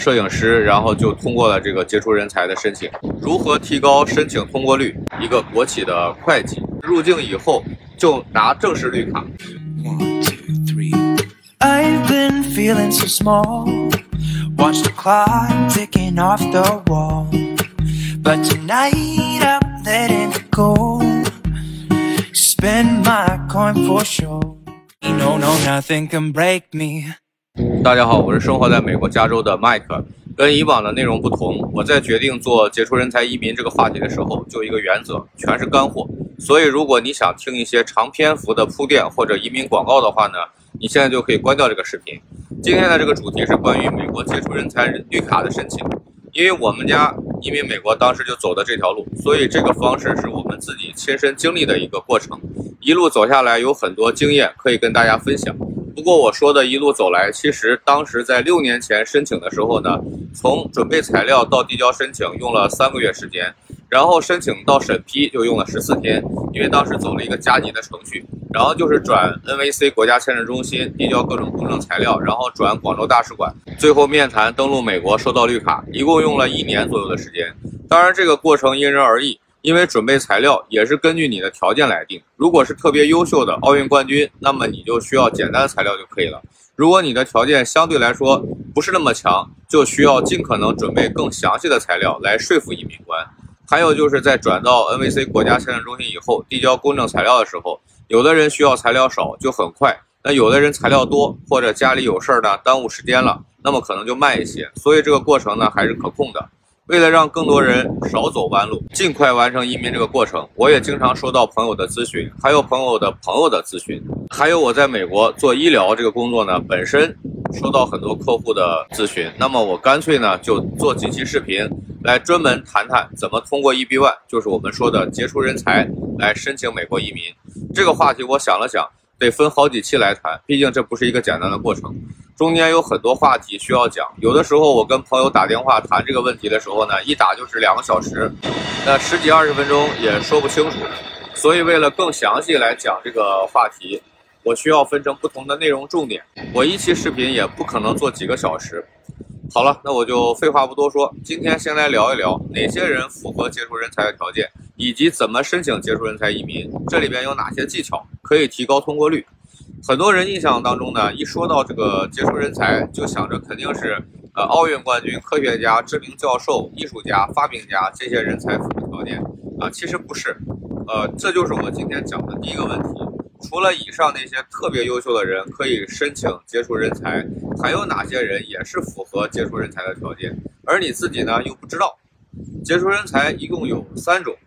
摄影师，然后就通过了这个杰出人才的申请。如何提高申请通过率？一个国企的会计入境以后就拿正式绿卡。 1, 2, 3. I've been feeling so small. Watch the clock ticking off the wall. But tonight I'm letting it go. Spend my coin for sure. No, nothing can break me. 大家好，我是生活在美国加州的 Mike。跟以往的内容不同，我在决定做杰出人才移民这个话题的时候，就一个原则，全是干货。所以如果你想听一些长篇幅的铺垫或者移民广告的话呢，你现在就可以关掉这个视频。今天的这个主题是关于美国杰出人才绿卡的申请。因为我们家移民美国当时就走的这条路，所以这个方式是我们自己亲身经历的一个过程，一路走下来有很多经验可以跟大家分享。不过我说的一路走来，其实当时在6年前申请的时候呢，从准备材料到递交申请用了3个月时间，然后申请到审批就用了14天，因为当时走了一个加急的程序，然后就是转 NVC 国家签证中心递交各种公证材料，然后转广州大使馆，最后面谈登陆美国收到绿卡，一共用了1年左右的时间。当然这个过程因人而异，因为准备材料也是根据你的条件来定，如果是特别优秀的奥运冠军，那么你就需要简单的材料就可以了。如果你的条件相对来说不是那么强，就需要尽可能准备更详细的材料来说服移民官。还有就是在转到 NVC 国家签证中心以后，递交公证材料的时候，有的人需要材料少就很快，那有的人材料多或者家里有事儿呢，耽误时间了，那么可能就慢一些，所以这个过程呢还是可控的。为了让更多人少走弯路，尽快完成移民这个过程，我也经常收到朋友的咨询，还有朋友的朋友的咨询，还有我在美国做医疗这个工作呢，本身收到很多客户的咨询，那么我干脆呢就做几期视频来专门谈谈怎么通过 EB-1， 就是我们说的杰出人才来申请美国移民。这个话题我想了想，得分好几期来谈，毕竟这不是一个简单的过程，中间有很多话题需要讲。有的时候我跟朋友打电话谈这个问题的时候呢，一打就是2个小时，那10几20分钟也说不清楚。所以为了更详细来讲这个话题，我需要分成不同的内容重点，我一期视频也不可能做几个小时。好了，那我就废话不多说，今天先来聊一聊哪些人符合杰出人才的条件，以及怎么申请杰出人才移民，这里边有哪些技巧可以提高通过率。很多人印象当中呢，一说到这个杰出人才，就想着肯定是奥运冠军、科学家、知名教授、艺术家、发明家这些人才符合条件啊，其实不是。这就是我今天讲的第一个问题。除了以上那些特别优秀的人可以申请杰出人才，还有哪些人也是符合杰出人才的条件，而你自己呢又不知道。杰出人才一共有3种，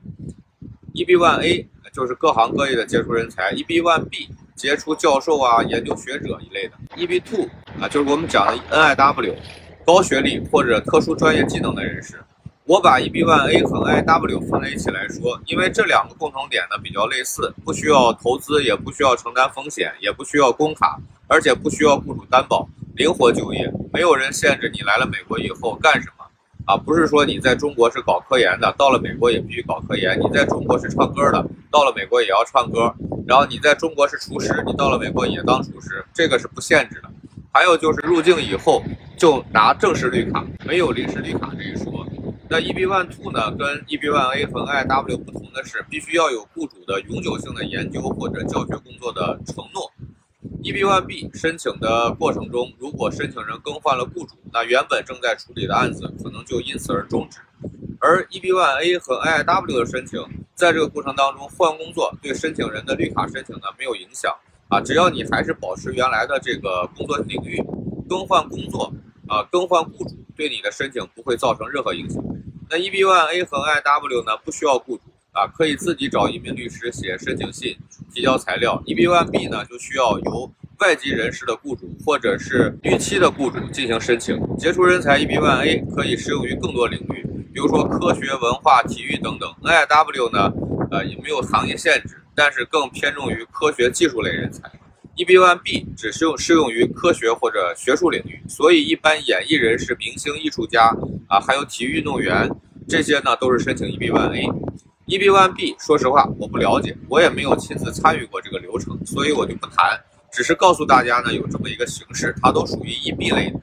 EB-1A 就是各行各业的杰出人才， EB-1B 杰出教授啊、研究学者一类的， EB-2 就是我们讲的 NIW 高学历或者特殊专业技能的人士。我把 EB-1A 和 NIW 放在一起来说，因为这2个共同点呢比较类似，不需要投资，也不需要承担风险，也不需要工卡，而且不需要雇主担保，灵活就业，没有人限制你来了美国以后干什么啊！不是说你在中国是搞科研的，到了美国也必须搞科研；你在中国是唱歌的，到了美国也要唱歌；然后你在中国是厨师，你到了美国也当厨师，这个是不限制的。还有就是入境以后就拿正式绿卡，没有临时绿卡这一说。那 EB-1-2 呢，跟 EB-1A 和 NIW 不同的是，必须要有雇主的永久性的研究或者教学工作的承诺。EB-1B 申请的过程中，如果申请人更换了雇主，那原本正在处理的案子可能就因此而终止。而 EB-1A 和 NIW 的申请，在这个过程当中换工作对申请人的绿卡申请呢没有影响啊，只要你还是保持原来的这个工作领域，更换工作更换雇主对你的申请不会造成任何影响。那 EB-1A 和 NIW 呢不需要雇主可以自己找移民律师写申请信、提交材料。EB-1B 呢就需要由外籍人士的雇主或者是预期的雇主进行申请。杰出人才 EB-1A 可以适用于更多领域，比如说科学、文化、体育等等。NIW 呢也没有行业限制，但是更偏重于科学技术类人才。EB-1B 只适用于科学或者学术领域，所以一般演艺人士、明星、艺术家还有体育运动员，这些呢都是申请 EB-1A。EB-1B 说实话我不了解，我也没有亲自参与过这个流程，所以我就不谈，只是告诉大家呢有这么一个形式，它都属于 EB 类的。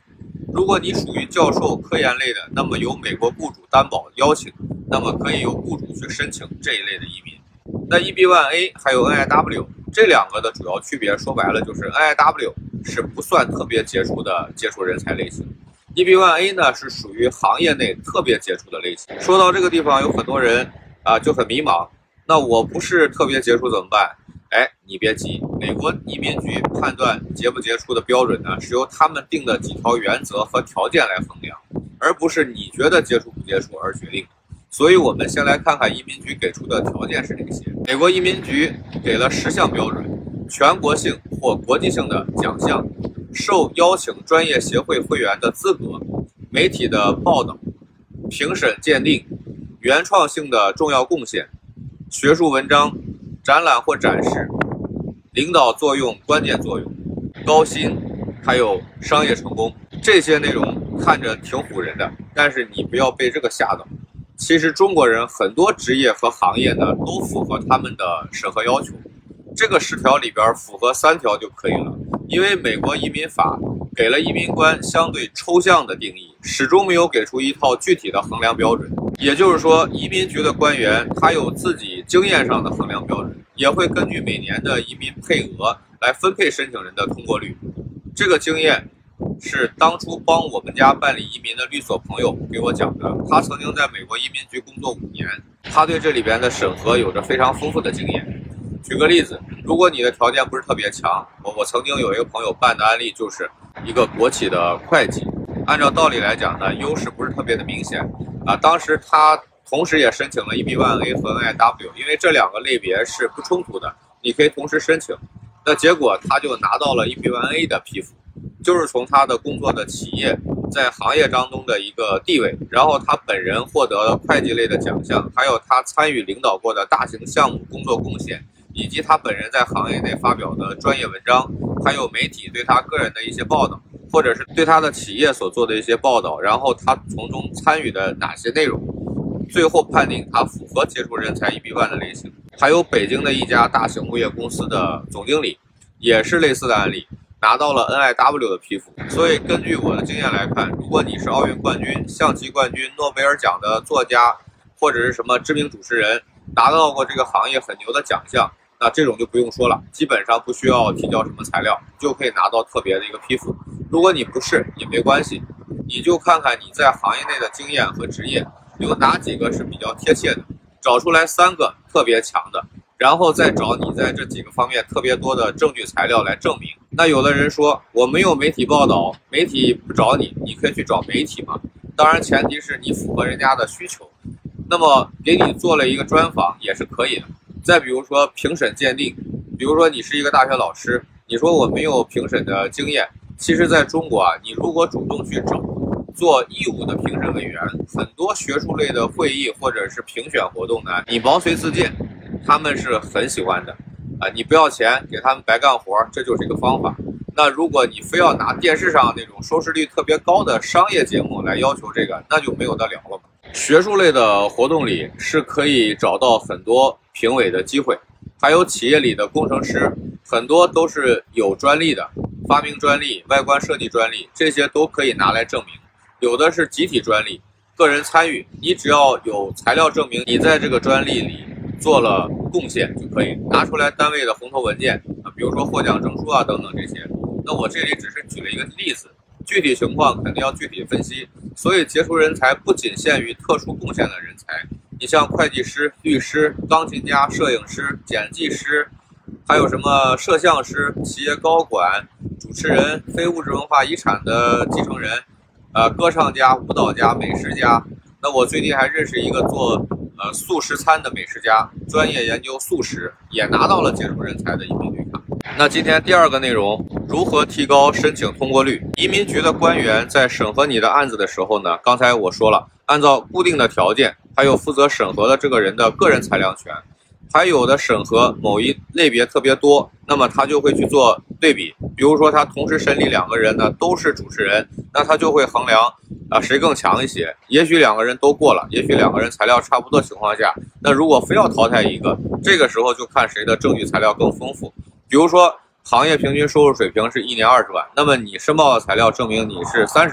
如果你属于教授、科研类的，那么由美国雇主担保邀请，那么可以由雇主去申请这一类的移民。那 EB1A 还有 NIW 这两个的主要区别，说白了就是 NIW 是不算特别杰出的杰出人才类型。EB1A 呢是属于行业内特别杰出的类型。说到这个地方，有很多人就很迷茫，那我不是特别杰出怎么办？你别急，美国移民局判断杰不杰出的标准呢，是由他们定的几条原则和条件来衡量，而不是你觉得杰出不杰出而决定。所以我们先来看看移民局给出的条件是哪些。美国移民局给了10项标准：全国性或国际性的奖项，受邀请专业协会会员的资格，媒体的报道，评审鉴定，原创性的重要贡献，学术文章、展览或展示，领导作用、关键作用，高薪，还有商业成功。这些内容看着挺唬人的，但是你不要被这个吓到。其实中国人很多职业和行业呢都符合他们的审核要求，这个10条里边符合3条就可以了。因为美国移民法给了移民官相对抽象的定义，始终没有给出一套具体的衡量标准。也就是说，移民局的官员他有自己经验上的衡量标准，也会根据每年的移民配额来分配申请人的通过率。这个经验是当初帮我们家办理移民的律所朋友给我讲的，他曾经在美国移民局工作5年，他对这里边的审核有着非常丰富的经验。举个例子，如果你的条件不是特别强，我曾经有一个朋友办的案例就是一个国企的会计，按照道理来讲呢，优势不是特别的明显当时他同时也申请了 EB1A 和 NIW， 因为这2个类别是不冲突的，你可以同时申请。那结果他就拿到了 EB1A 的批复，就是从他的工作的企业在行业当中的一个地位，然后他本人获得了会计类的奖项，还有他参与领导过的大型项目工作贡献，以及他本人在行业内发表的专业文章，还有媒体对他个人的一些报道，或者是对他的企业所做的一些报道，然后他从中参与的哪些内容，最后判定他符合杰出人才 EB1 的类型。还有北京的一家大型物业公司的总经理，也是类似的案例，拿到了 NIW 的批复。所以根据我的经验来看，如果你是奥运冠军、象棋冠军、诺贝尔奖的作家，或者是什么知名主持人，拿到过这个行业很牛的奖项，那这种就不用说了，基本上不需要提交什么材料，就可以拿到特别的一个批复。如果你不是也没关系，你就看看你在行业内的经验和职业有哪几个是比较贴切的，找出来3个特别强的，然后再找你在这几个方面特别多的证据材料来证明。那有的人说我没有媒体报道，媒体不找你，你可以去找媒体嘛，当然前提是你符合人家的需求，那么给你做了一个专访也是可以的。再比如说评审鉴定，比如说你是一个大学老师，你说我没有评审的经验，其实在中国你如果主动去找做义务的评审委员，很多学术类的会议或者是评选活动呢，你毛遂自荐，他们是很喜欢的你不要钱，给他们白干活，这就是一个方法。那如果你非要拿电视上那种收视率特别高的商业节目来要求这个，那就没有得了了嘛。学术类的活动里是可以找到很多评委的机会，还有企业里的工程师，很多都是有专利的，发明专利、外观设计专利，这些都可以拿来证明。有的是集体专利，个人参与，你只要有材料证明你在这个专利里做了贡献就可以拿出来单位的红头文件比如说获奖证书等等这些。那我这里只是举了一个例子，具体情况肯定要具体分析。所以杰出人才不仅限于特殊贡献的人才，你像会计师、律师、钢琴家、摄影师、剪辑师，还有什么摄像师、企业高管、主持人、非物质文化遗产的继承人歌唱家、舞蹈家、美食家。那我最近还认识一个做素食餐的美食家，专业研究素食，也拿到了杰出人才的移民绿卡。那今天第2个内容，如何提高申请通过率？移民局的官员在审核你的案子的时候呢，刚才我说了，按照固定的条件，还有负责审核的这个人的个人裁量权，还有的审核某一类别特别多，那么他就会去做对比。比如说他同时审理2个人呢都是主持人，那他就会衡量谁更强一些。也许2个人都过了，也许2个人材料差不多情况下，那如果非要淘汰一个，这个时候就看谁的证据材料更丰富。比如说行业平均收入水平是1年20万，那么你申报的材料证明你是30万，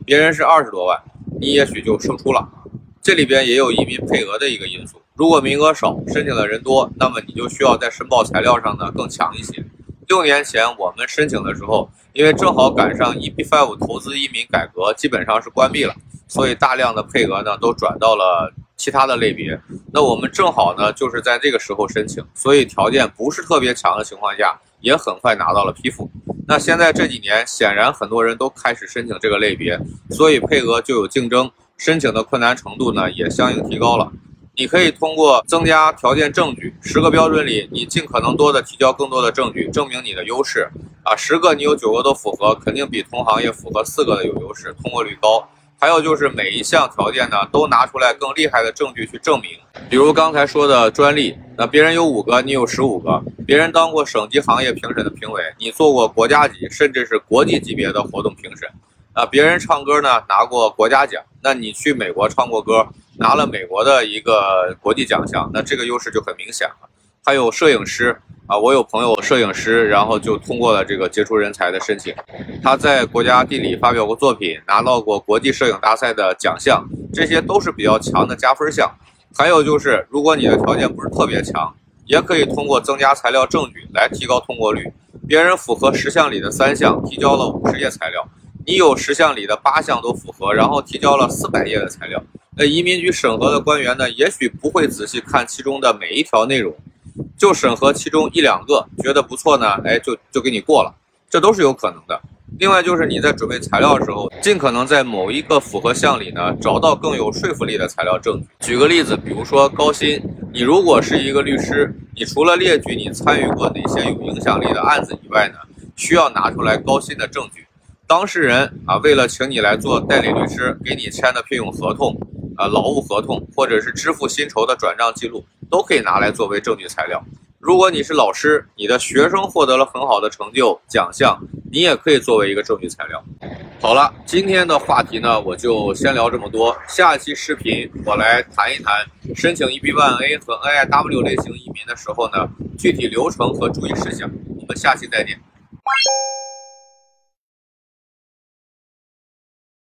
别人是20多万，你也许就胜出了。这里边也有移民配额的一个因素，如果名额少，申请的人多，那么你就需要在申报材料上呢更强一些。6年前我们申请的时候，因为正好赶上 EP5 投资移民改革基本上是关闭了，所以大量的配额呢都转到了其他的类别。那我们正好呢就是在这个时候申请，所以条件不是特别强的情况下，也很快拿到了批复。那现在这几年显然很多人都开始申请这个类别，所以配额就有竞争，申请的困难程度呢也相应提高了。你可以通过增加条件证据，10个标准里你尽可能多的提交更多的证据，证明你的优势10个你有9个都符合，肯定比同行业符合4个的有优势，通过率高。还有就是每一项条件呢都拿出来更厉害的证据去证明，比如刚才说的专利，那别人有5个，你有15个，别人当过省级行业评审的评委，你做过国家级甚至是国际级别的活动评审别人唱歌呢拿过国家奖，那你去美国唱过歌，拿了美国的一个国际奖项，那这个优势就很明显了。还有摄影师我有朋友摄影师，然后就通过了这个杰出人才的申请，他在国家地理发表过作品，拿到过国际摄影大赛的奖项，这些都是比较强的加分项。还有就是如果你的条件不是特别强，也可以通过增加材料证据来提高通过率。别人符合10项里的3项，提交了50页材料，你有10项里的8项都符合，然后提交了400页的材料。那移民局审核的官员呢，也许不会仔细看其中的每一条内容，就审核其中1、2个，觉得不错呢，就给你过了，这都是有可能的。另外就是你在准备材料的时候，尽可能在某一个符合项里呢，找到更有说服力的材料证据。举个例子，比如说高薪，你如果是一个律师，你除了列举你参与过哪些有影响力的案子以外呢，需要拿出来高薪的证据。当事人为了请你来做代理律师，给你签的聘用合同劳务合同，或者是支付薪酬的转账记录，都可以拿来作为证据材料。如果你是老师，你的学生获得了很好的成就奖项，你也可以作为一个证据材料。好了，今天的话题呢，我就先聊这么多。下期视频我来谈一谈申请 EB1A 和 NIW 类型移民的时候呢，具体流程和注意事项。我们下期再见。